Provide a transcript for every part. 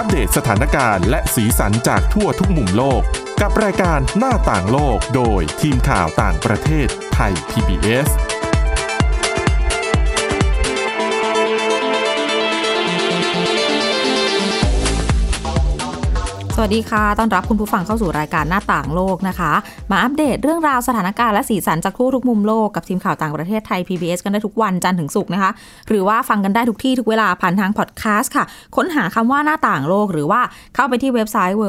อัปเดตสถานการณ์และสีสันจากทั่วทุกมุมโลกกับรายการหน้าต่างโลกโดยทีมข่าวต่างประเทศไทย PBS สวัสดีค่ะต้อนรับคุณผู้ฟังเข้าสู่รายการหน้าต่างโลกนะคะมาอัปเดตเรื่องราวสถานการณ์และสีสันจากทั่วทุกมุมโลกกับทีมข่าวต่างประเทศไทย PBS กันได้ทุกวันจันทร์ถึงศุกร์นะคะหรือว่าฟังกันได้ทุกที่ทุกเวลาผ่านทางพอดแคสต์ค่ะค้นหาคำว่าหน้าต่างโลกหรือว่าเข้าไปที่เว็บไซต์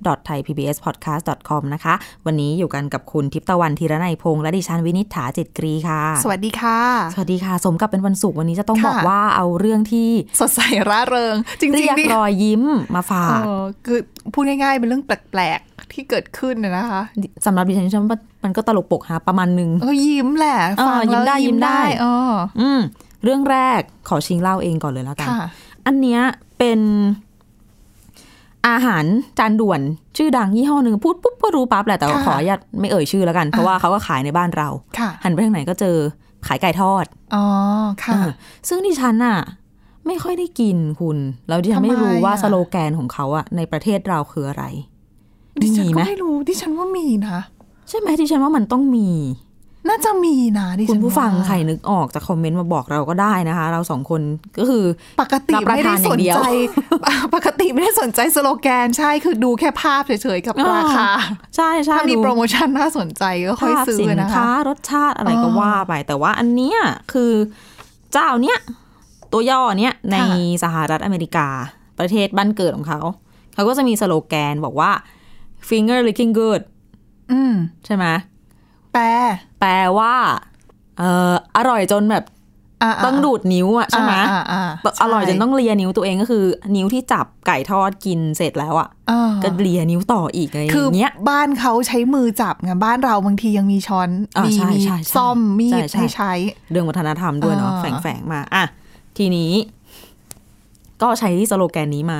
www.thaipbspodcast.com นะคะวันนี้อยู่กันกับคุณทิพย์ตะวันธีรนัยพงษ์และดิฉันวินิษฐาจิตกรีค่ะสวัสดีค่ะสวัสดีค่ะสมกับเป็นวันศุกร์วันนี้จะต้องบอกว่าเอาเรื่องที่สดใสร่าเริงจริงๆเรียกรอยยิ้มมาฝากคือพูดง่ายๆเป็นเรื่องแปลกๆที่เกิดขึ้นนะคะสำหรับดิฉันว่ามันก็ตลกปกฮะประมาณนึงยิ้มแหละฟังแล้วยิ้มได้เรื่องแรกขอชิงเล่าเองก่อนเลยแล้วกันอันเนี้ยเป็นอาหารจานด่วนชื่อดังยี่ห้อนึงพูดปุ๊บก็รู้ปั๊บแหละแต่ขออนุญาตไม่เอ่ยชื่อแล้วกันเพราะว่าเขาก็ขายในบ้านเราหันไปทางไหนก็เจอขายไก่ทอดค่ะซึ่งดิฉันน่ะไม่ค่อยได้กินคุณแล้วดิฉันไม่รู้ว่าสโลแกนของเขาอะในประเทศเราคืออะไรดิฉันก็ไม่รู้ดิฉันว่ามีนะใช่ไหมดิฉันว่ามันต้องมีน่าจะมีนะดิฉันคุณผู้ฟังใครนึกออกจะคอมเมนต์มาบอกเราก็ได้นะคะเราสองคนก็คือปกติไม่ได้สนใจปกติไม่ได้สนใจสโลแกนใช่คือดูแค่ภาพเฉยๆกับราคาใช่ใช่ถ้ามีโปรโมชั่นน่าสนใจก็ค่อยซื้อนะคะสินค้ารสชาติอะไรก็ว่าไปแต่ว่าอันเนี้ยคือเจ้าเนี้ยตัวย่อเนี้ยในสหรัฐอเมริกาประเทศบ้านเกิดของเขาก็จะมีสโลแกนบอกว่า finger licking good ใช่ไหมแปลว่าอร่อยจนแบบต้องดูดนิ้วอ่ะใช่ไหมอร่อยจนต้องเลียนิ้วตัวเองก็คือนิ้วที่จับไก่ทอดกินเสร็จแล้วอ่ะก็เลียนิ้วต่ออีกอะไรอย่างเงี้ยบ้านเขาใช้มือจับไงบ้านเราบางทียังมีช้อนมีซ่อมมีดให้ใช้เรื่องวัฒนธรรมด้วยเนาะแฝงมาอ่ะทีนี้ก็ใช้สโลแกนนี้มา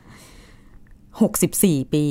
64ปี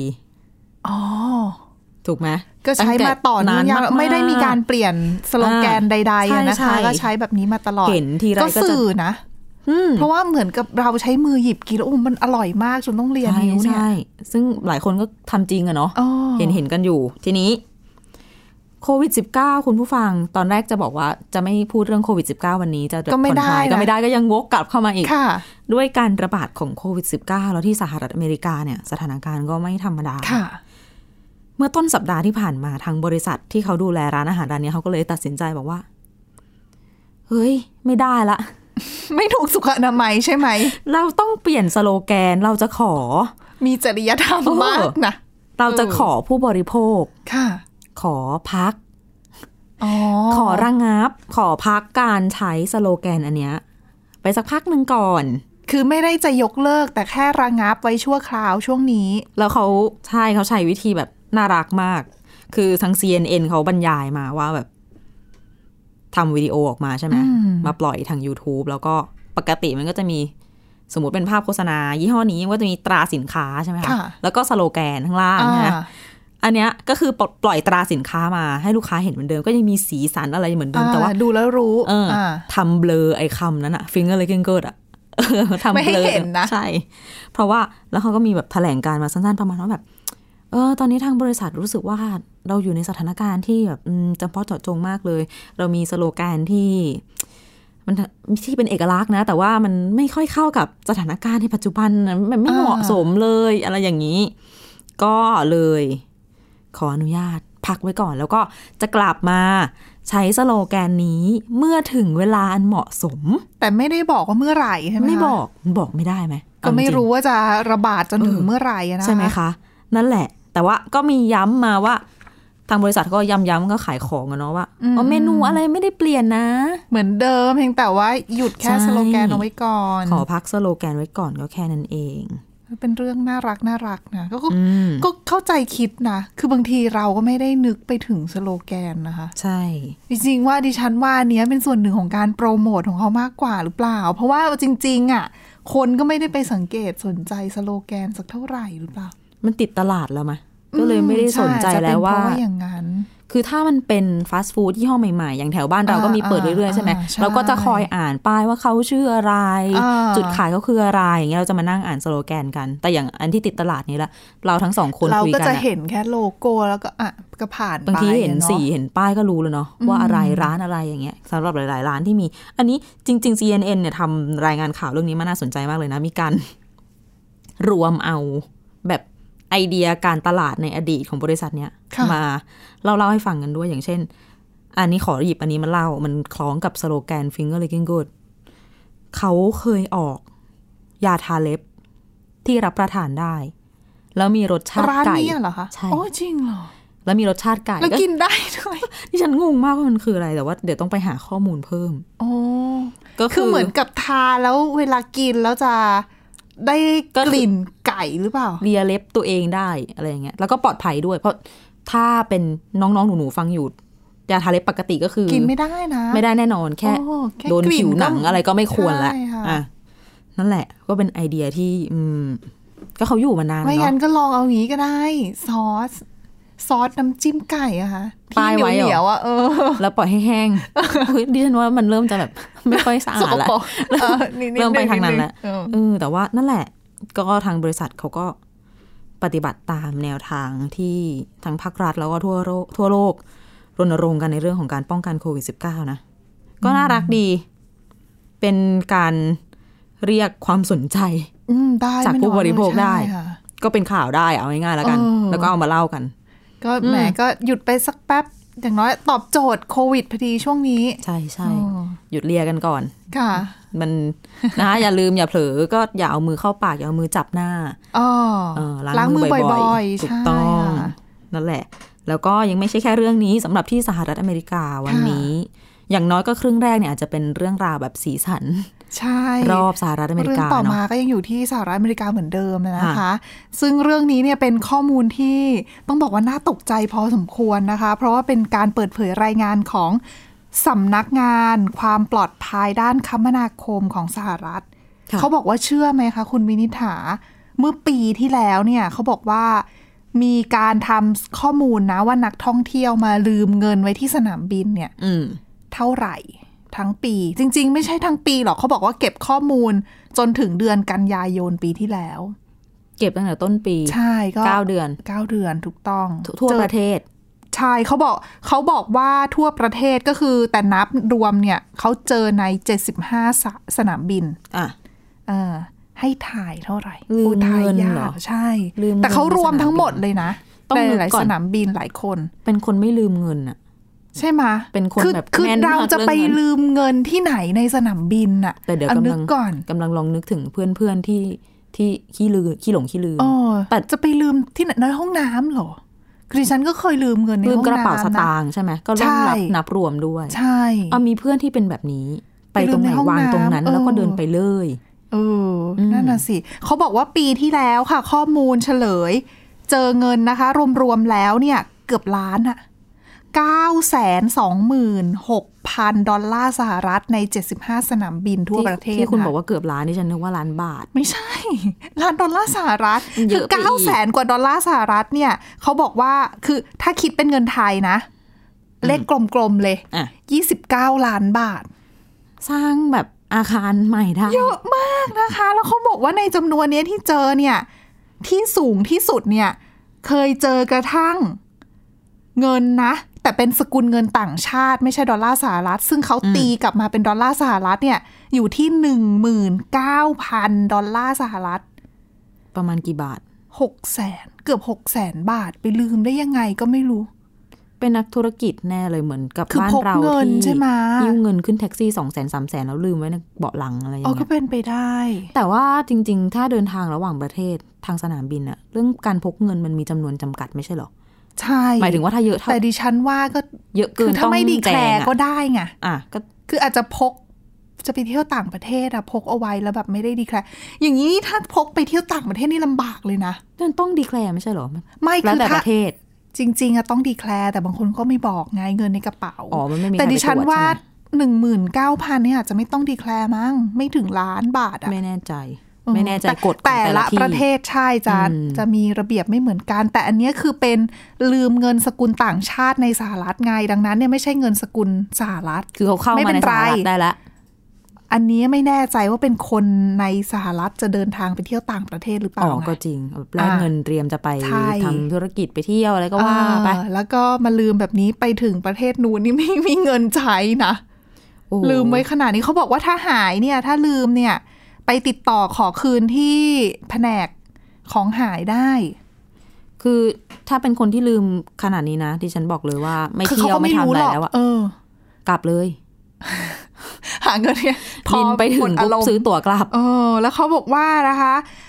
ถูกไหมก็ใช้มาต่อเนื่องไม่ได้มีการเปลี่ยนสโลแกนใดๆนะคะก็ใช้แบบนี้มาตลอดเห็นทีไรก็สื่อนะเพราะว่าเหมือนกับเราใช้มือหยิบกินแล้วมันอร่อยมากจนต้องเลียนิ้วเนี่ยซึ่งหลายคนก็ทำจริงอะเนาะเห็นกันอยู่ทีนี้โควิด -19 คุณผู้ฟังตอนแรกจะบอกว่าจะไม่พูดเรื่องโควิด -19 วันนี้จะก็ไม่ได้ก็ยังวกกลับเข้ามาอีกด้วยการระบาดของโควิด -19 แล้วที่สหรัฐอเมริกาเนี่ยสถานการณ์ก็ไม่ธรรมดาเมื่อต้นสัปดาห์ที่ผ่านมาทางบริษัทที่เขาดูแลร้านอาหารร้านนี้เขาก็เลยตัดสินใจบอกว่าเฮ้ยไม่ได้ละไม่ถูกสุขอนามัยใช่ไหมเราต้องเปลี่ยนสโลแกนเราจะขอมีจริยธรรมมากนะเราจะขอผู้บริโภคขอพักขอระงับขอพักการใช้สโลแกนอันเนี้ยไปสักพักหนึ่งก่อนคือไม่ได้จะยกเลิกแต่แค่ระงับไว้ชั่วคราวช่วงนี้แล้วเขาใช้วิธีแบบน่ารักมากคือทาง CNN เขาบรรยายมาว่าแบบทำวิดีโอออกมาใช่ไหมมาปล่อยทาง YouTube แล้วก็ปกติมันก็จะมีสมมุติเป็นภาพโฆษณายี่ห้อนี้ก็จะมีตราสินค้าใช่ไหมคะแล้วก็สโลแกนข้างล่างนะอันเนี้ยก็คือปล่อยตราสินค้ามาให้ลูกค้าเห็นเหมือนเดิมก็ยังมีสีสันอะไรเหมือนเดิมแต่ว่าดูแล้วรู้ทำเบลอไอ้คำนั้นอะ finger licking good อะทำเบลอนะใช่เพราะว่าแล้วเขาก็มีแบบแถลงการมาสั้นๆประมาณว่าแบบตอนนี้ทางบริษัทรู้สึกว่าเราอยู่ในสถานการณ์ที่แบบจำเพาะเจาะจงมากเลยเรามีสโลแกนที่มันที่เป็นเอกลักษณ์นะแต่ว่ามันไม่ค่อยเข้ากับสถานการณ์ในปัจจุบันมันไม่เหมาะสมเลยอะไรอย่างนี้ก็เลยขออนุญาตพักไว้ก่อนแล้วก็จะกลับมาใช้สโลแกนนี้เมื่อถึงเวลาอันเหมาะสมแต่ไม่ได้บอกว่าเมื่อไหร่ใช่ไหมไม่บอกไม่ได้ไหมก็ไม่รู้ว่าจะระบาดจนถึงเมื่อไหร่นะใช่ไหมคะนั่นแหละแต่ว่าก็มีย้ำมาว่าทางบริษัทก็ย้ำก็ขายของกันเนาะว่าเมนูอะไรไม่ได้เปลี่ยนนะเหมือนเดิมเพียงแต่ว่าหยุดแค่สโลแกนเอาไว้ก่อนขอพักสโลแกนไว้ก่อนก็แค่นั้นเองเป็นเรื่องน่ารักนะก็เข้าใจคิดนะคือบางทีเราก็ไม่ได้นึกไปถึงสโลแกนนะคะใช่จริงๆว่าดิฉันว่าเนี้ยเป็นส่วนหนึ่งของการโปรโมทของเขามากกว่าหรือเปล่าเพราะว่าจริงๆอ่ะคนก็ไม่ได้ไปสังเกตสนใจสโลแกนสักเท่าไหร่หรือเปล่ามันติดตลาดแล้วมั้ยก็เลยไม่ได้สนใจแล้วว่าคือถ้ามันเป็นฟาสต์ฟู้ดยี่ห้อใหม่ๆอย่างแถวบ้านเราก็มีเปิดเรื่อยๆใช่ไหมเราก็จะคอยอ่านป้ายว่าเขาชื่ออะไรจุดขายเขาคืออะไรอย่างเงี้ยเราจะมานั่งอ่านสโลแกนกันแต่อย่างอันที่ติดตลาดนี้ละเราทั้งสองคนคุยกันเราก็จะเห็นแค่โลโก้แล้วก็ผ่านไปบางทีเห็นสีเห็นป้ายก็รู้แล้วเนาะว่าอะไรร้านอะไรอย่างเงี้ยสำหรับหลายๆร้านที่มีอันนี้จริงๆ CNN เนี่ยทำรายงานข่าวเรื่องนี้มาน่าสนใจมากเลยนะมีการรวมเอาแบบไอเดียการตลาดในอดีตของบริษัทเนี้ยมาเล่าให้ฟังกันด้วยอย่างเช่นอันนี้ขอหยิบอันนี้มาเล่ามันคล้องกับสโลแกน Finger Licking Good เขาเคยออกยาทาเล็บที่รับประทานได้แล้วมีรสชาติไก่ร้านนี้เหรอคะใช่โอ้จริงเหรอแล้วมีรสชาติไก่แล้วกินได้ด้วยที่ฉันงงมากว่ามันคืออะไรแต่ว่าเดี๋ยวต้องไปหาข้อมูลเพิ่มโอ้ก็คือเหมือนกับทาแล้วเวลากินแล้วจะได้กลิ่นไก่หรือเปล่าเลียเล็บตัวเองได้อะไรอย่างเงี้ยแล้วก็ปลอดภัยด้วยเพราะถ้าเป็นน้องๆหนูๆฟังอยู่ยาทาเล็บปกติก็คือกินไม่ได้นะไม่ได้แน่นอนแค่โดนผิวหนังอะไรก็ไม่ควรละอ่ะนั่นแหละก็เป็นไอเดียที่ก็เขาอยู่มานานไม่งั้นก็ลองเอาอย่างนี้ก็ได้ซอสน้ำจิ้มไก่อะค่ะที่เหนียวอะแล้วปล่อยให้แห้งดิฉันว่ามันเริ่มจะแบบไม่ค่อยสะอาดแล้วเริ่มไปทางนั้นแล้วแต่ว่านั่นแหละก็ทางบริษัทเขาก็ปฏิบัติตามแนวทางที่ทั้งภาครัฐแล้วก็ทั่วโลกรณรงค์กันในเรื่องของการป้องกันโควิด -19 นะก็น่ารักดีเป็นการเรียกความสนใจจากผู้บริโภคได้ก็เป็นข่าวได้เอาง่ายๆแล้วกันแล้วก็เอามาเล่ากันก็แหมก็หยุดไปสักแป๊บอย่างน้อยตอบโจทย์โควิดพอดีช่วงนี้ใช่ใช่หยุดเลียกันก่อนค่ะมันนะอย่าลืมอย่าเผลอก็อย่าเอามือเข้าปากอย่าเอามือจับหน้าล้างมือบ่อยๆถูกต้องนั่นแหละแล้วก็ยังไม่ใช่แค่เรื่องนี้สำหรับที่สหรัฐอเมริกาวันนี้อย่างน้อยก็ครึ่งแรกเนี่ยอาจจะเป็นเรื่องราวแบบสีสันใช่รอบสหรัฐอเมริกาเรื่องต่อมาก็ยังอยู่ที่สหรัฐอเมริกาเหมือนเดิมนะคะซึ่งเรื่องนี้เนี่ยเป็นข้อมูลที่ต้องบอกว่าน่าตกใจพอสมควรนะคะเพราะว่าเป็นการเปิดเผยรายงานของสำนักงานความปลอดภัยด้านคมนาคมของสหรัฐเขาบอกว่าเชื่อไหมคะคุณวินิษฐาเมื่อปีที่แล้วเนี่ยเขาบอกว่ามีการทำข้อมูลนะว่านักท่องเที่ยวมาลืมเงินไว้ที่สนามบินเนี่ยเท่าไหร่ทั้งปีจริงๆไม่ใช่ทั้งปีหรอกเขาบอกว่าเก็บข้อมูลจนถึงเดือนกันยายนปีที่แล้วเก็บตั้งแต่ต้นปีใช่ก็ 9 เดือนถูกต้องทั่วประเทศใช่เขาบอกว่าทั่วประเทศก็คือแต่นับรวมเนี่ยเขาเจอใน75สนามบินให้ถ่ายเท่าไหร่ลืมเงินเหรอใช่แต่เขารวมทั้งหมดเลยนะในหลายสนามบินหลายคนเป็นคนไม่ลืมเงินอะใช่ไหมเป็นคนแบบคือเราจะไปลืมเงินที่ไหนในสนามบินน่ะแต่เดี๋ยวกำลังลองนึกถึงเพื่อนที่ขี้หลงขี้ลืมแต่จะไปลืมที่ไหนในห้องน้ำเหรอคือฉันก็เคยลืมเงินในห้องน้ำลืมกระเป๋าสตางค์ใช่ไหมก็ต้องนับรวมด้วยใช่มีเพื่อนที่เป็นแบบนี้ไปตรงไหนวางตรงนั้นแล้วก็เดินไปเลยนั่นน่ะสิเขาบอกว่าปีที่แล้วค่ะข้อมูลเฉลยเจอเงินนะคะรวมๆแล้วเนี่ยเกือบล้านอะ926,000 ดอลลาร์สหรัฐใน75สนามบินทั่วประเทศที่คุณบอกว่าเกือบล้านนี่ฉันนึกว่าล้านบาทไม่ใช่ล้านดอลลาร์สหรัฐคือ 900,000 กว่าดอลลาร์สหรัฐเนี่ยเขาบอกว่าคือถ้าคิดเป็นเงินไทยนะเลขกลมๆเลย29 ล้านบาทสร้างแบบอาคารใหม่ได้เยอะมากนะคะแล้วเขาบอกว่าในจำนวนนี้ที่เจอเนี่ยที่สูงที่สุดเนี่ยเคยเจอกระทั่งเงินนะแต่เป็นสกุลเงินต่างชาติไม่ใช่ดอลลาร์สหรัฐซึ่งเขาตีกลับมาเป็นดอลลาร์สหรัฐเนี่ยอยู่ที่ 19,000 ดอลลาร์สหรัฐประมาณกี่บาท 600,000 เกือบ 600,000 บาทไปลืมได้ยังไงก็ไม่รู้เป็นนักธุรกิจแน่เลยเหมือนกับบ้านเราที่ยิ้วเงินขึ้นแท็กซี่ 200,000-300,000 แล้วลืมไว้ในเบาะหลังอะไรอย่างเงี้ยก็เป็นไปได้แต่ว่าจริงๆถ้าเดินทางระหว่างประเทศทางสนามบินอะเรื่องการพกเงินมันมีจำนวนจำกัดไม่ใช่หรอใช่หมายถึงว่าถ้าเยอะแต่ดิฉันว่าก็เยอะเกินถ้าไม่ดีแคลร์ก็ได้ไงก็คืออาจจะพกจะไปเที่ยวต่างประเทศอะพกเอาไว้แล้วแบบไม่ได้ดีแคลร์อย่างนี้ถ้าพกไปเที่ยวต่างประเทศนี่ลำบากเลยนะมันต้องดีแคลร์ไม่ใช่หรอไม่คือแต่ประเทศจริงๆอะต้องดีแคลร์แต่บางคนก็ไม่บอกไงเงินในกระเป๋ามันไม่มีแต่ดิฉันว่า 19,000 เนี่ยอาจจะไม่ต้องดีแคลร์มั้งไม่ถึงล้านบาทอะไม่แน่ใจไม่แน่ใจกฎแต่ละประเทศใช่จะมีระเบียบไม่เหมือนกันแต่อันนี้คือเป็นลืมเงินสกุลต่างชาติในสหรัฐไงดังนั้นเนี่ยไม่ใช่เงินสกุลสหรัฐคือเขาเข้ามาในสหรัฐได้แล้วอันนี้ไม่แน่ใจว่าเป็นคนในสหรัฐจะเดินทางไปเที่ยวต่างประเทศหรือเปล่าก็จริงแลกเงินเตรียมจะไปทำธุรกิจไปเที่ยวอะไรก็ว่าไปแล้วก็มาลืมแบบนี้ไปถึงประเทศนู้นนี่ไม่มีเงินใช้นะลืมไว้ขนาดนี้เขาบอกว่าถ้าหายเนี่ยถ้าลืมเนี่ยไปติดต่อขอคืนที่แผนกของหายได้คือถ้าเป็นคนที่ลืมขนาดนี้นะที่ฉันบอกเลยว่าไม่เที่ยวไม่ทำอะไรแล้วกลับเลยหาเงินเนี่ยบินไปถึงปุ๊บซื้อตั๋วกลับแล้วเขาบอกว่านะคะ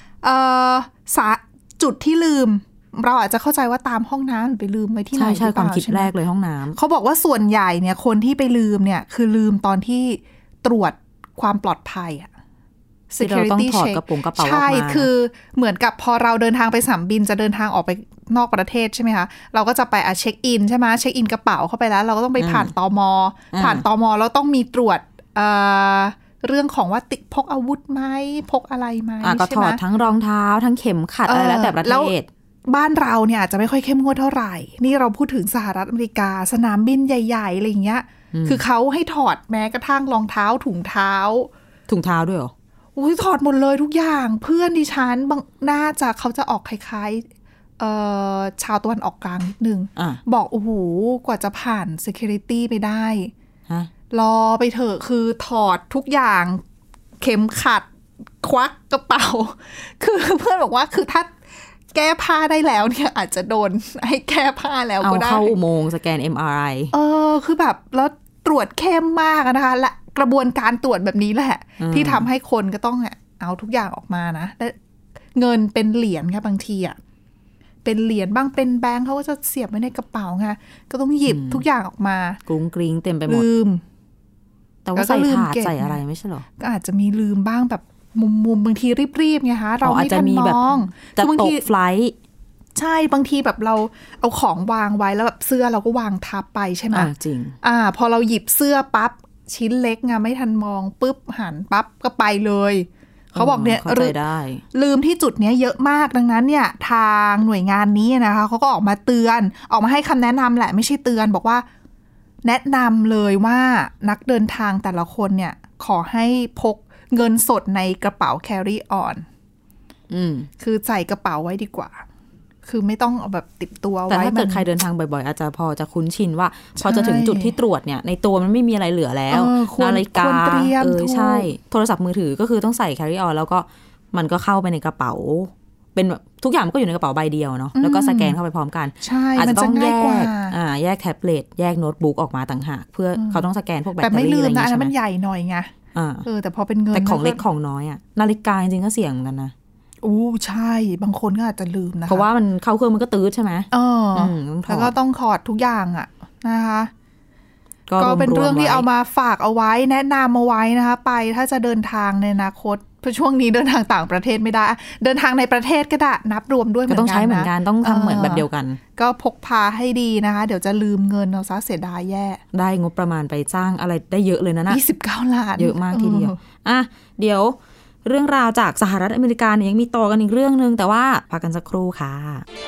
จุดที่ลืมเราอาจจะเข้าใจว่าตามห้องน้ำไปลืมไว้ที่ไหนใช่ความคิดแรกเลยห้องน้ำเขาบอกว่าส่วนใหญ่เนี่ยคนที่ไปลืมเนี่ยคือลืมตอนที่ตรวจความปลอดภัยอะ security check ใช่คือเหมือนกับพอเราเดินทางไปสนามบินจะเดินทางออกไปนอกประเทศใช่ไหมคะเราก็จะไปเช็คอินใช่ไหมเช็คอินกระเป๋าเข้าไปแล้วเราก็ต้องไปผ่านตม.ผ่านตม.แล้วต้องมีตรวจเรื่องของว่าติดพกอาวุธไหมพกอะไรไหมก็ถอดทั้งรองเท้าทั้งเข็มขัดอะไรแล้วแต่ประเทศบ้านเราเนี่ยอาจจะไม่ค่อยเข้มงวดเท่าไหร่นี่เราพูดถึงสหรัฐอเมริกาสนามบินใหญ่ๆอะไรอย่างเงี้ยคือเขาให้ถอดแม้กระทั่งรองเท้าถุงเท้าด้วยเหรอถอดหมดเลยทุกอย่างเพื่อนดิฉันบางน่าจะเขาจะออกคล้ายๆชาวตะวันออกกลางนิดนึงบอกโอ้โหกว่าจะผ่าน security ไปได้รอไปเถอะคือถอดทุกอย่างเข็มขัดควักกระเป๋าคือเพื่อนบอกว่าคือถ้าแก้ผ้าได้แล้วเนี่ยอาจจะโดนให้แก้ผ้าแล้วก็ได้เอาเข้าอุโมงค์สแกน MRI คือแบบแล้วตรวจเข้มมากนะคะและกระบวนการตรวจแบบนี้แหละที่ทำให้คนก็ต้องเอาทุกอย่างออกมานะและเงินเป็นเหรียญค่ะบางทีเป็นเหรียญบ้างเป็นแบงค์เขาก็จะเสียบไว้ในกระเป๋าไงก็ต้องหยิบทุกอย่างออกมากรุ้งกริ้งเต็มไปหมดลืมแต่ว่าใส่ถาดใส่อะไรไม่ใช่หรอก็อาจจะมีลืมบ้างแบบมุมบางทีรีบๆไงคะเราไม่ทันมองจะตกไฟล์ใช่บางทีแบบเราเอาของวางไว้แล้วแบบเสื้อเราก็วางทับไปใช่ไหมจริงพอเราหยิบเสื้อปั๊บชิ้นเล็กไงไม่ทันมองปุ๊บหันปั๊บก็ไปเลยเขาบอกเนี่ยลืมที่จุดนี้เยอะมากดังนั้นเนี่ยทางหน่วยงานนี้นะคะเขาก็ออกมาเตือนออกมาให้คำแนะนำแหละไม่ใช่เตือนบอกว่าแนะนำเลยว่านักเดินทางแต่ละคนเนี่ยขอให้พกเงินสดในกระเป๋า carry on คือใส่กระเป๋าไว้ดีกว่าคือไม่ต้องเอาแบบติดตัวไว้แต่ถ้าเกิดใครเดินทางบ่อยๆอาจจะพอจะคุ้นชินว่าพอจะถึงจุดที่ตรวจเนี่ยในตัวมันไม่มีอะไรเหลือแล้วนาฬิกาใช่โทรศัพท์มือถือก็คือต้องใส่ carry on แล้วก็มันก็เข้าไปในกระเป๋าเป็นแบบทุกอย่างมันก็อยู่ในกระเป๋าใบเดียวเนาะแล้วก็สแกนเข้าไปพร้อมกันอาจจะต้องแยกแท็บเล็ตแยกโน้ตบุ๊กออกมาต่างหากเพื่อเขาต้องสแกนพวกแบตเตอรี่อะไรอย่างเงี้ยแต่ไม่ลืมนะอันนั้นมันใหญ่หน่อยไงแต่พอเป็นเงินแต่ของเล็กของน้อยนาฬิกาจริงๆก็เสี่ยงเหมือนกันนะใช่บางคนก็อาจจะลืมนะคะเพราะว่ามันเข้าเครื่องมันก็ตืดใช่ไหมแล้วก็ต้องถอดทุกอย่างนะคะก็เป็นเรื่องที่เอามาฝากเอาไว้แนะนำเอาไว้นะคะไปถ้าจะเดินทางในอนาคตเพราะช่วงนี้เดินทางต่างประเทศไม่ได้เดินทางในประเทศก็ได้นับรวมด้วยเหมือนกันนะต้องใช้เหมือนกันต้องทำเหมือนแบบเดียวกันก็พกพาให้ดีนะคะเดี๋ยวจะลืมเงินเอาซะเสียดายแย่ได้งบประมาณไปจ้างอะไรได้เยอะเลยนะ 29 ล้านเยอะมากทีเดียวเดี๋ยวเรื่องราวจากสหรัฐอเมริกาเนี่ยยังมีต่อกันอีกเรื่องนึงแต่ว่าพักกันสักครู่ค่ะ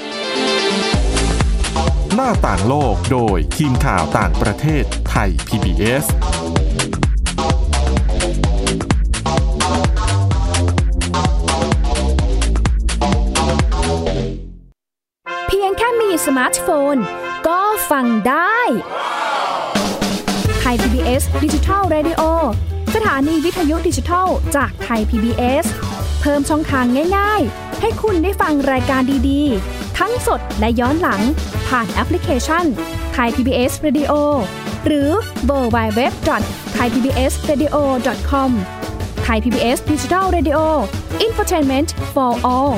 หน้าต่างโลกโดยทีมข่าวต่างประเทศไทย PBS เพียงแค่มีสมาร์ทโฟนก็ฟังได้ไทย PBS Digital Radioสถานีวิทยุดิจิทัลจากไทย PBS เพิ่มช่องทางง่ายๆให้คุณได้ฟังรายการดีๆทั้งสดและย้อนหลังผ่านแอปพลิเคชัน Thai PBS Radio หรือ www.thaipbsradio.com Thai PBS Digital Radio Infotainment for all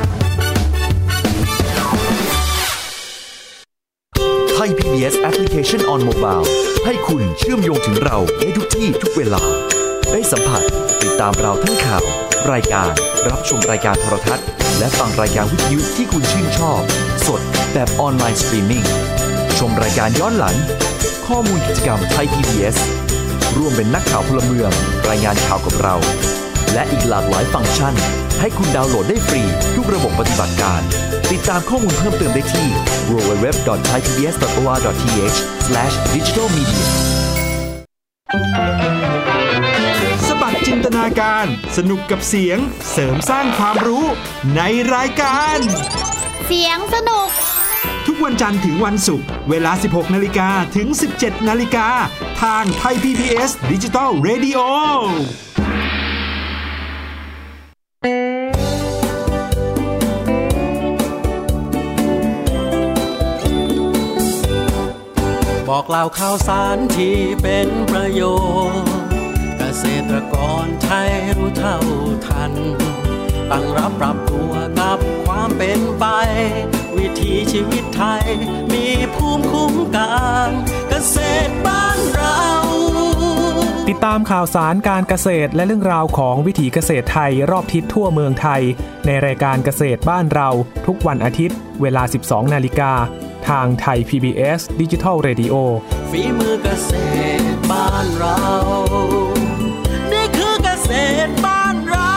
Thai PBS Application on Mobile ให้คุณเชื่อมโยงถึงเราในทุกที่ทุกเวลาได้สัมผัสติดตามเราทั้งข่าวรายการรับชมรายการโทรทัศน์และฟังรายการวิทยุที่คุณชื่นชอบสดแบบออนไลน์สตรีมมิ่งชมรายการย้อนหลังข้อมูลกิจกรรม Thai PBS ร่วมเป็นนักข่าวพลเมืองรายงานข่าวกับเราและอีกหลากหลายฟังก์ชันให้คุณดาวน์โหลดได้ฟรีทุกระบบปฏิบัติการติดตามข้อมูลเพิ่มเติมได้ที่ www.thaipbs.or.th/digitalmedia สบัดจินตนาการสนุกกับเสียงเสริมสร้างความรู้ในรายการเสียงสนุกทุกวันจันทร์ถึงวันศุกร์เวลา 16:00 นถึง 17:00 นทางไทย PBS Digital Radio บอกเล่าข่าวสารที่เป็นประโยชน์เกษตรกรไทยรู้เท่าทันตั้งรับปรับตัวกับความเป็นไปวิถีชีวิตไทยมีภูมิคุ้มกันเกษตรบ้านเราติดตามข่าวสารการเกษตรและเรื่องราวของวิถีเกษตรไทยรอบทิศทั่วเมืองไทยในรายการเกษตรบ้านเราทุกวันอาทิตย์เวลา 12:00 นทางไทย PBS Digital Radio ฝีมือเกษตรบ้านเรานี่คือเกษตรบ้านเรา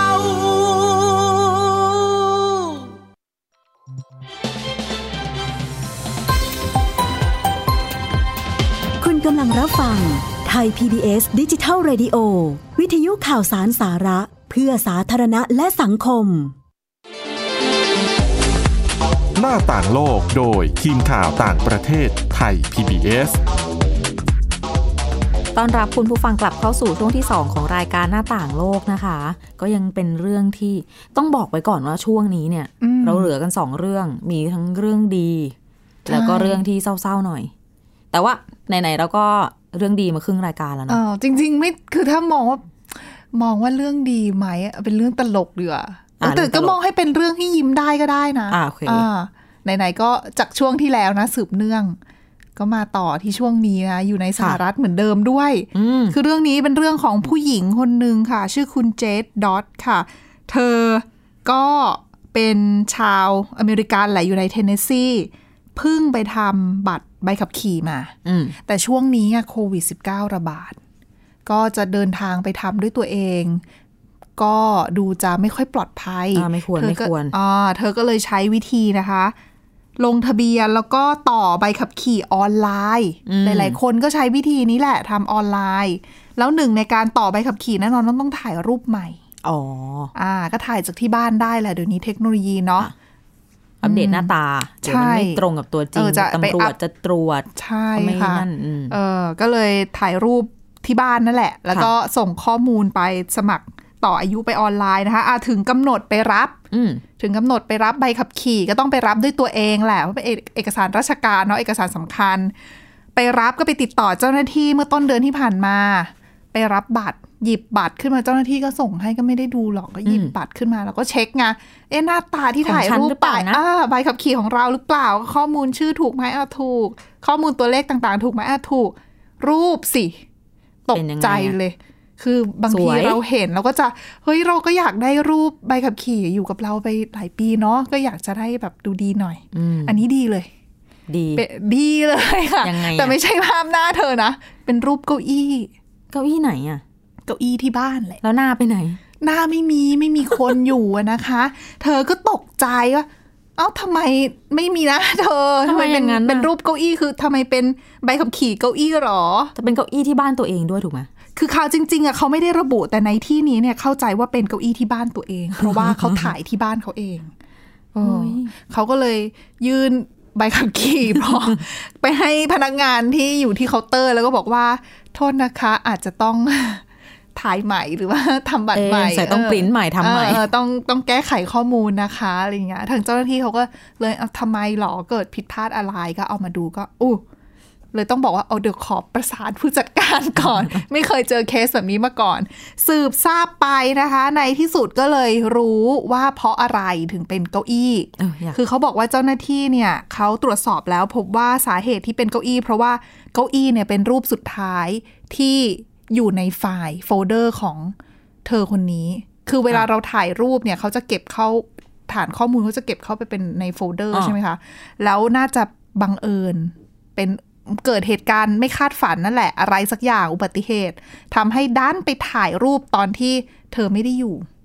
คุณกำลังรับฟังไทย PBS Digital Radio วิทยุข่าวสารสาระเพื่อสาธารณะและสังคมหน้าต่างโลกโดยทีมข่าวต่างประเทศไทย PBS ต้อนรับคุณผู้ฟังกลับเข้าสู่ช่วงที่2ของรายการหน้าต่างโลกนะคะก็ยังเป็นเรื่องที่ต้องบอกไว้ก่อนว่าช่วงนี้เนี่ยเราเหลือกัน2เรื่องมีทั้งเรื่องดีแล้วก็เรื่องที่เศร้าๆหน่อยแต่ว่าไหนๆเราก็เรื่องดีมาครึ่งรายการแล้วนะจริงๆไม่คือถ้ามองว่าเรื่องดีไหมเป็นเรื่องตลกดีกว่าแต่ก็มองให้เป็นเรื่องที่ยิ้มได้ก็ได้นะโอเคไหนๆก็จากช่วงที่แล้วนะสืบเนื่องก็มาต่อที่ช่วงนี้นะอยู่ในสหรัฐเหมือนเดิมด้วยคือเรื่องนี้เป็นเรื่องของผู้หญิงคนหนึ่งค่ะชื่อคุณเจดดอตค่ะเธอก็เป็นชาวอเมริกันแหละอยู่ในเทนเนสซีเพิ่งไปทำบัตรใบขับขี่มาแต่ช่วงนี้โควิด -19 ระบาดก็จะเดินทางไปทำด้วยตัวเองก็ดูจะไม่ค่อยปลอดภัยไม่ควรเธอก็เลยใช้วิธีนะคะลงทะเบียนแล้วก็ต่อใบขับขี่ออนไลน์หลายๆคนก็ใช้วิธีนี้แหละทำออนไลน์แล้วหนึ่งในการต่อใบขับขี่แน่นอนต้องถ่ายรูปใหม่ก็ถ่ายจากที่บ้านได้แหละเดี๋ยวนี้เทคโนโลยีเนาะอัปเดตหน้าตาเดี๋ยวมันไม่ตรงกับตัวจริงตำรวจจะตรวจใช่ค่ะก็เลยถ่ายรูปที่บ้านนั่นแหละแล้วก็ส่งข้อมูลไปสมัครต่ออายุไปออนไลน์นะคะถึงกำหนดไปรับใบขับขี่ก็ต้องไปรับด้วยตัวเองแหละเพราะเป็นเอกสารราชการเนาะเอกสารสำคัญไปรับก็ไปติดต่อเจ้าหน้าที่เมื่อต้นเดือนที่ผ่านมาไปรับบัตรหยิบบัตรขึ้นมาเจ้าหน้าที่ก็ส่งให้ก็ไม่ได้ดูหรอกก็หยิบบัตรขึ้นมาแล้วก็เช็คไงหน้าตาที่ถ่ายรูปไปใบขับขี่ของเราหรือเปล่าข้อมูลชื่อถูกไหมถูกข้อมูลตัวเลขต่างๆถูกไหมถูกรูปสิตกใจเลยคือบางทีเราเห็นเราก็จะเฮ้ยเราก็อยากได้รูปใบขับขี่อยู่กับเราไปหลายปีเนาะก็อยากจะได้แบบดูดีหน่อยอันนี้ดีเลยดีเลยค่ะแต่ไม่ใช่ภาพหน้าเธอนะเป็นรูปเก้าอี้ไหนอะเก้าอี้ที่บ้านแหละแล้วหน้าไปไหนหน้าไม่มีคนอยู่นะคะ เธอก็ตกใจว่าทำไมไม่มีนะเธอทำไมเป็นรูปเก้าอี้คือทำไมเป็นใบขับขี่เก้าอี้หรอจะเป็นเก้าอี้ที่บ้านตัวเองด้วยถูกไหมคือเขาจริงๆเขาไม่ได้ระบุแต่ในที่นี้เนี่ยเข้าใจว่าเป็นเก้าอี้ที่บ้านตัวเองเพราะว่าเขาถ่ายที่บ้านเขาเองเขาก็เลยยื่นใบขับขี่พอไปให้พนักงานที่อยู่ที่เคาน์เตอร์แล้วก็บอกว่าโทษนะคะอาจจะต้องถ่ายใหม่หรือว่าทำบัตรใหม่ใส่ต้องปริ้นใหม่ทำใหม่ต้องแก้ไขข้อมูลนะคะอะไรเงี้ยทางเจ้าหน้าที่เขาก็เลยทำไมหรอเกิดผิดพลาดอะไรก็เอามาดูก็เลยต้องบอกว่าเดี๋ยวขอประสานผู้จัดการก่อน ไม่เคยเจอเคสแบบนี้มาก่อนสืบทราบไปนะคะในที่สุดก็เลยรู้ว่าเพราะอะไรถึงเป็นเก้าอี้คือเขาบอกว่าเจ้าหน้าที่เนี่ยเขาตรวจสอบแล้วพบว่าสาเหตุที่เป็นเก้าอี้เพราะว่าเก้าอี้เนี่ยเป็นรูปสุดท้ายที่อยู่ในไฟล์โฟลเดอร์ของเธอคนนี้คือเวลาเราถ่ายรูปเนี่ยเขาจะเก็บเข้าฐานข้อมูลเขาจะเก็บเข้าไปเป็นในโฟลเดอร์ใช่ไหมคะแล้วน่าจะบังเอิญเป็นเกิดเหตุการณ์ไม่คาดฝันนั่นแหละอะไรสักอย่างอุบัติเหตุทำให้ดันไปถ่ายรูปตอนที่เธอไม่ได้อยู่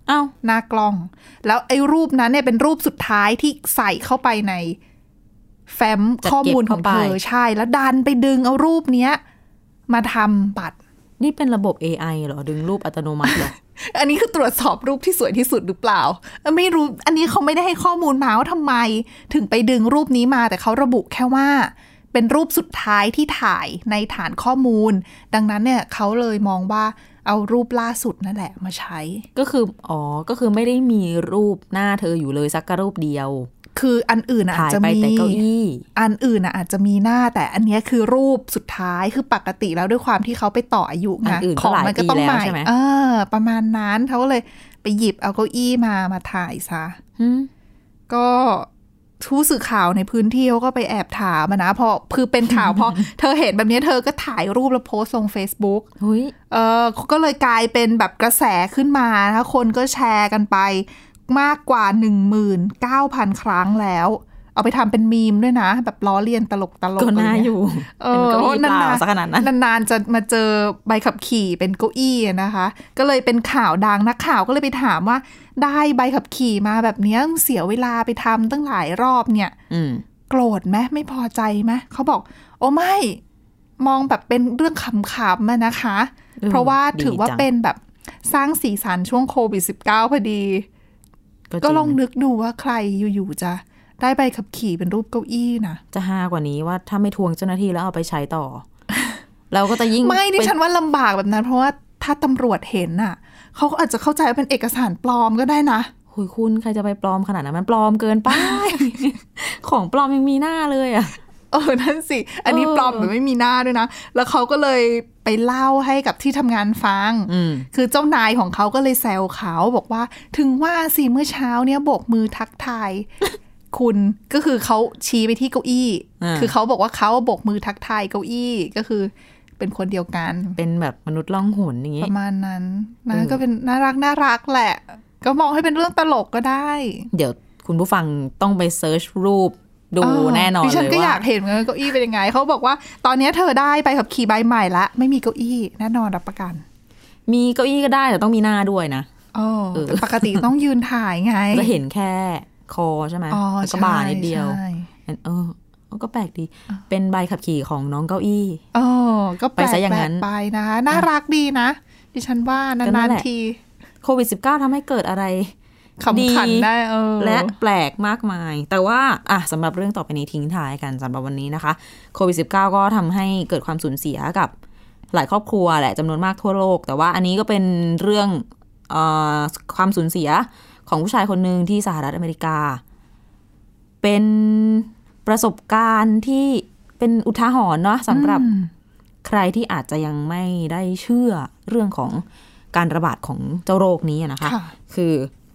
อ้าวหน้ากล้องแล้วไอ้รูปนั้นเนี่ยเป็นรูปสุดท้ายที่ใส่เข้าไปในแฟ้มข้อมูลของเธอใช่แล้วดันไปดึงเอารูปเนี้ยมาทำบัตรนี่เป็นระบบ AI เหรอดึงรูปอัตโนมัติเหรออันนี้คือตรวจสอบรูปที่สวยที่สุดหรือเปล่าไม่รู้อันนี้เขาไม่ได้ให้ข้อมูลมาว่าทำไมถึงไปดึงรูปนี้มาแต่เขาระบุแค่ว่าเป็นรูปสุดท้ายที่ถ่ายในฐานข้อมูลดังนั้นเนี่ยเขาเลยมองว่าเอารูปล่าสุดนั่นแหละมาใช้ก็คือไม่ได้มีรูปหน้าเธออยู่เลยสักรูปเดียวคืออันอื่นอาจจะมีแต่เก้าอี้อันอื่นอาจจะมีหน้าแต่อันนี้คือรูปสุดท้ายคือปกติแล้วด้วยความที่เขาไปต่ออายุไงของมันก็ต้องใหม่ประมาณนั้นเขาก็เลยไปหยิบเอาเก้าอี้มาถ่ายซะก็ผู้สื่อข่าวในพื้นที่เขาก็ไปแอบถามนะพอคือเป็นข่าวพอเธอเห็นแบบนี้เธอก็ถ่ายรูปแล้วโพสต์ลง Facebook ก็เลยกลายเป็นแบบกระแสขึ้นมานะคะคนก็แชร์กันไปมากกว่า 19,000 ครั้งแล้วเอาไปทำเป็นมีมด้วยนะแบบล้อเลียนตลกก็น่าอยู่เป็นเก้าอี้เปล่าสักขนาดนั้นนานๆจะมาเจอใบขับขี่เป็นเก้าอี้นะคะก็เลยเป็นข่าวดังนักข่าวก็เลยไปถามว่าได้ใบขับขี่มาแบบนี้เสียเวลาไปทำตั้งหลายรอบเนี่ยโกรธไหมไม่พอใจไหมเขาบอกโอ้ไม่มองแบบเป็นเรื่องขำๆนะคะเพราะว่าถือว่าเป็นแบบสร้างสีสันช่วงโควิด -19 พอดีก็ลองนึกดูว่าใครอยู่ๆจะได้ใบขับขี่เป็นรูปเก้าอี้นะจะฮากว่านี้ว่าถ้าไม่ทวงเจ้าหน้าที่แล้วเอาไปใช้ต่อ เราก็จะยิ่งไม่ดิฉันว่าลำบากแบบนั้นเพราะว่าถ้าตำรวจเห็นน่ะเขาก็อาจจะเข้าใจว่าเป็นเอกสารปลอมก็ได้นะหุยคุณใครจะไปปลอมขนาดนั้นมันปลอมเกินไป ของปลอมยังมีหน้าเลยอ่ะนั่นสิอันนี้ปลอมแบบไม่มีหน้าด้วยนะแล้วเขาก็เลยไปเล่าให้กับที่ทำงานฟังคือเจ้านายของเขาก็เลยแซวเขาบอกว่าถึงว่าสิเมื่อเช้าเนี่ยโบกมือทักทายคุณก็คือเขาชี้ไปที่เก้าอี้คือเขาบอกว่าเขาโบกมือทักทายเก้าอี้ก็คือเป็นคนเดียวกันเป็นแบบมนุษย์ล่องหนอย่างงี้ประมาณนั้นนะก็เป็นน่ารักแหละก็มองให้เป็นเรื่องตลกก็ได้เดี๋ยวคุณผู้ฟังต้องไปเซิร์ชรูปดูแน่นอนเลยว่าดิฉันก็อยากเห็นเหมือนกันเก้าอี้เป็นยังไงเขาบอกว่าตอนนี้เธอได้ไปขับขี่ใบใหม่ละไม่มีเก้าอี้แน่นอนรับประกันมีเก้าอี้ก็ได้แต่ต้องมีหน้าด้วยนะปกติต้องยืนถ่ายไงจะเห็นแค่คอใช่ไหมแล้วก็บ่านิดเดียวก็แปลกดีเป็นใบขับขี่ของน้องเก้าอี้ก็แปลกไปนะคะน่ารักดีนะดิฉันว่านานๆทีโควิด -19 ทำให้เกิดอะไรขำขันได้และแปลกมากมายแต่ว่าสำหรับเรื่องต่อไปนี้ทิ้งท้ายกันสำหรับวันนี้นะคะโควิด -19 ก็ทำให้เกิดความสูญเสียกับหลายครอบครัวแหละจำนวนมากทั่วโลกแต่ว่าอันนี้ก็เป็นเรื่องความสูญเสียของผู้ชายคนหนึ่งที่สหรัฐอเมริกาเป็นประสบการณ์ที่เป็นอุทาหรณ์เนาะสำหรับใครที่อาจจะยังไม่ได้เชื่อเรื่องของการระบาดของเจ้าโรคนี้นะคะคือ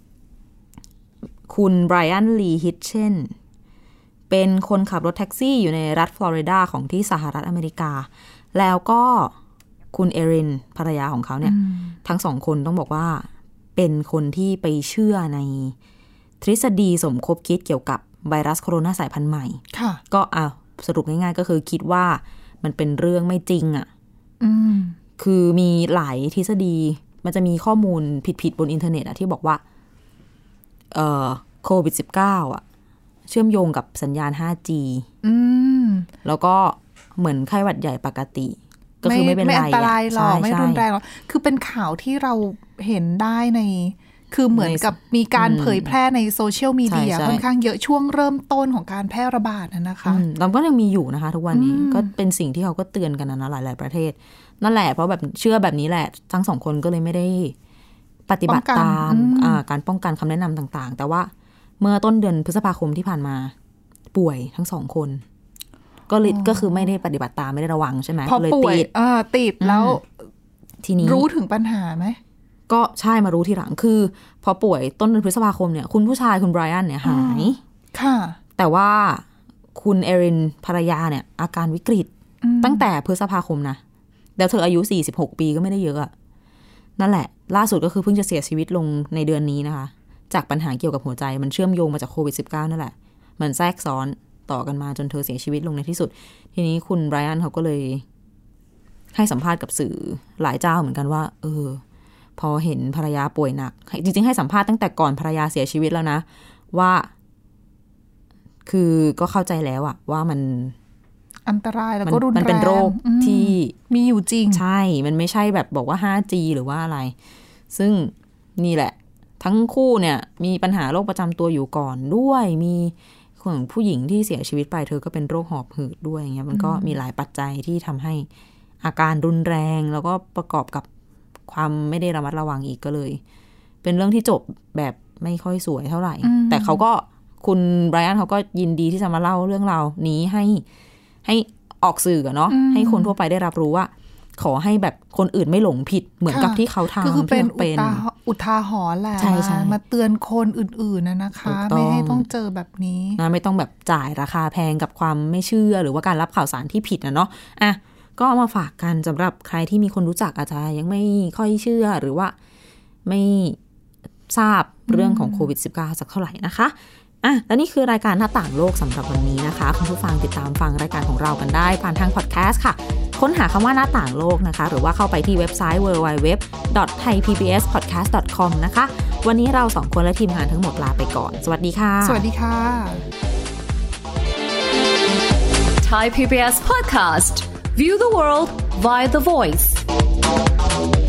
คุณไบรอันลีฮิตเชนเป็นคนขับรถแท็กซี่อยู่ในรัฐฟลอริดาของที่สหรัฐอเมริกาแล้วก็คุณเอรินภรรยาของเขาเนี่ยทั้งสองคนต้องบอกว่าเป็นคนที่ไปเชื่อในทฤษฎีสมคบคิดเกี่ยวกับไวรัสโคโรนาสายพันธุ์ใหม่ก็สรุปง่ายๆก็คือคิดว่ามันเป็นเรื่องไม่จริงคือมีหลายทฤษฎีมันจะมีข้อมูลผิดๆบนอินเทอร์เน็ตที่บอกว่าโควิด -19 เชื่อมโยงกับสัญญาณ 5G แล้วก็เหมือนไข้หวัดใหญ่ปกติก็คือไม่เป็นไรไม่อันตรายหรอกไม่รุนแรงหรอกคือเป็นข่าวที่เราเห็นได้ในคือเหมือนกับมีการเผยแพร่ในโซเชียลมีเดียค่อนข้างเยอะช่วงเริ่มต้นของการแพร่ระบาดนะคะเราก็ยังมีอยู่นะคะทุกวันนี้ก็เป็นสิ่งที่เขาก็เตือนกันนะหลายๆประเทศนั่นแหละเพราะแบบเชื่อแบบนี้แหละทั้งสองคนก็เลยไม่ได้ปฏิบัติตามการป้องกันคำแนะนำต่างๆแต่ว่าเมื่อต้นเดือนพฤษภาคมที่ผ่านมาป่วยทั้งสองคนก็คือไม่ได้ปฏิบัติตามไม่ได้ระวังใช่ไหมพอป่วยติดแล้วทีนี้รู้ถึงปัญหาไหมก็ใช่มารู้ทีหลังคือพอป่วยต้นเดือนพฤษภาคมเนี่ยคุณผู้ชายคุณไบรอันเนี่ยหายค่ะแต่ว่าคุณเอรินภรรยาเนี่ยอาการวิกฤตตั้งแต่พฤษภาคมนะแล้วเธออายุ46ปีก็ไม่ได้เยอะนั่นแหละล่าสุดก็คือเพิ่งจะเสียชีวิตลงในเดือนนี้นะคะจากปัญหาเกี่ยวกับหัวใจมันเชื่อมโยงมาจากโควิด -19 นั่นแหละมันแทรกซ้อนต่อกันมาจนเธอเสียชีวิตลงในที่สุดทีนี้คุณไบรอันเขาก็เลยให้สัมภาษณ์กับสื่อหลายเจ้าเหมือนกันว่าพอเห็นภรรยาป่วยหนักจริงๆให้สัมภาษณ์ตั้งแต่ก่อนภรรยาเสียชีวิตแล้วนะว่าคือก็เข้าใจแล้วอะว่ามันอันตรายแล้วก็รุนแรงมันเป็นโรคที่มีอยู่จริงใช่มันไม่ใช่แบบบอกว่า 5G หรือว่าอะไรซึ่งนี่แหละทั้งคู่เนี่ยมีปัญหาโรคประจำตัวอยู่ก่อนด้วยมีของผู้หญิงที่เสียชีวิตไปเธอก็เป็นโรคหอบหืดด้วยอย่างเงี้ยมันก็มีหลายปัจจัยที่ทำให้อาการรุนแรงแล้วก็ประกอบกับความไม่ได้ระมัดระวังอีกก็เลยเป็นเรื่องที่จบแบบไม่ค่อยสวยเท่าไหร่แต่เขาก็คุณไบรอันเขาก็ยินดีที่จะมาเล่าเรื่องราวนี้ให้ออกสื่อเนาะให้คนทั่วไปได้รับรู้ว่าขอให้แบบคนอื่นไม่หลงผิดเหมือนกับที่เขาทำคือเป็นอุทาหรณ์แหละมาเตือนคนอื่นๆนะคะไม่ให้ต้องเจอแบบนี้นะไม่ต้องแบบจ่ายราคาแพงกับความไม่เชื่อหรือว่าการรับข่าวสารที่ผิดนะเนาะอ่ะก็เอามาฝากกันสำหรับใครที่มีคนรู้จักอาจจะยังไม่ค่อยเชื่อหรือว่าไม่ทราบเรื่องของโควิด -19 สักเท่าไหร่นะคะและนี่คือรายการหน้าต่างโลกสำหรับวันนี้นะคะคุณผู้ฟังติดตามฟังรายการของเรากันได้ผ่านทางพอดแคสต์ค่ะค้นหาคำว่าหน้าต่างโลกนะคะหรือว่าเข้าไปที่เว็บไซต์ www.thaipbspodcast.com นะคะวันนี้เรา2คนและทีมงานทั้งหมดลาไปก่อนสวัสดีค่ะสวัสดีค่ะ Thai PBS Podcast View the world via the voice